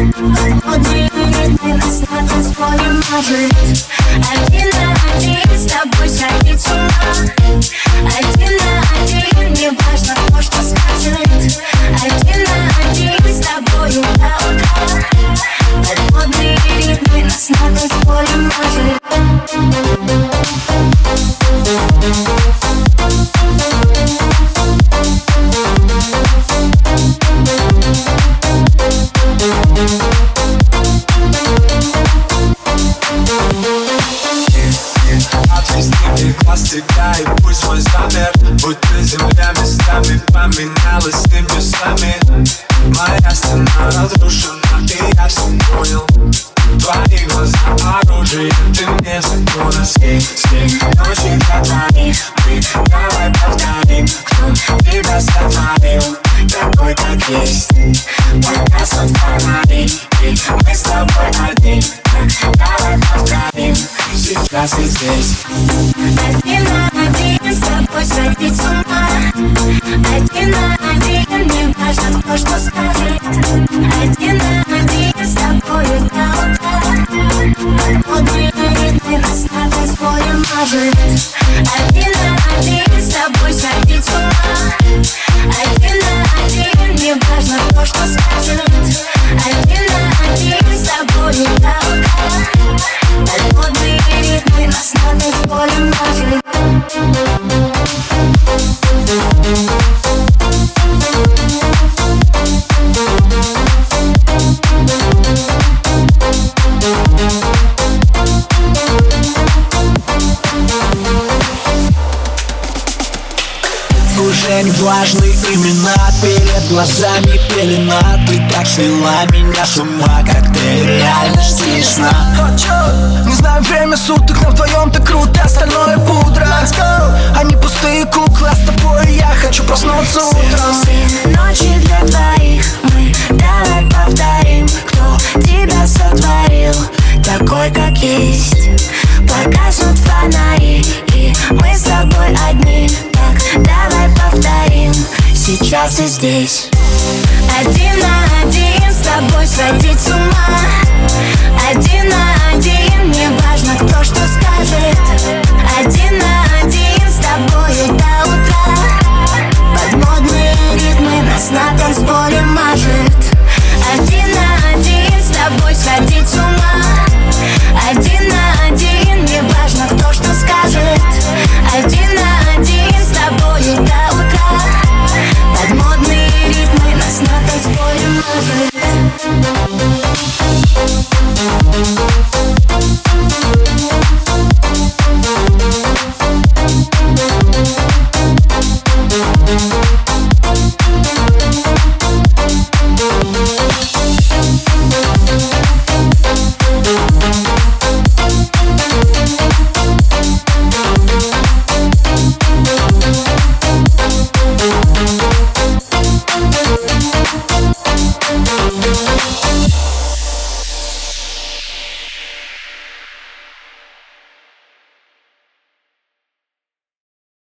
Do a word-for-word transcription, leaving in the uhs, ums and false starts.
Подводные ритмы нас на танцполе мажет. Один на один с тобой сойти с ума. Один на один, не важно, кто что скажет. Один на один с тобою до утра. Подводные ритмы нас на танцполе мажет. Глаз тебя и пусть мой замер. Будто земля местами поменялась с небесами. Моя стена разрушена, и я все понял. Твои глаза оружие, ты мне закона. Все, все ночи для твоих мы давай повторим. Кто тебя сотворил, такой как есть. Погасут фонари, и мы с тобой одни. Так давай повторим, сейчас и здесь. Один на один с тобой сойти с ума. Один на один, не важно, кто что скажет. Один на один с тобою до утра. Подводные ритмы нас на танцполе мажет. Один на один с тобой сойти с ума. Один на один, не важно, кто что скажет. Один на один с тобою до утра. Подводные ритмы нас на танцполе мажет. Уже не важны имена, перед глазами пелена. Ты так свела меня с ума, как ты реальность и сна. Не знаю время суток, но вдвоем так круто, остальное пудра. Они пустые куклы, а с тобой я хочу проснуться утром. Все ночи для двоих мы давай повторим. Кто тебя сотворил, такой как есть. Погаснут фонари, и мы с тобой одни. Так давай повторим, сейчас и здесь. Один на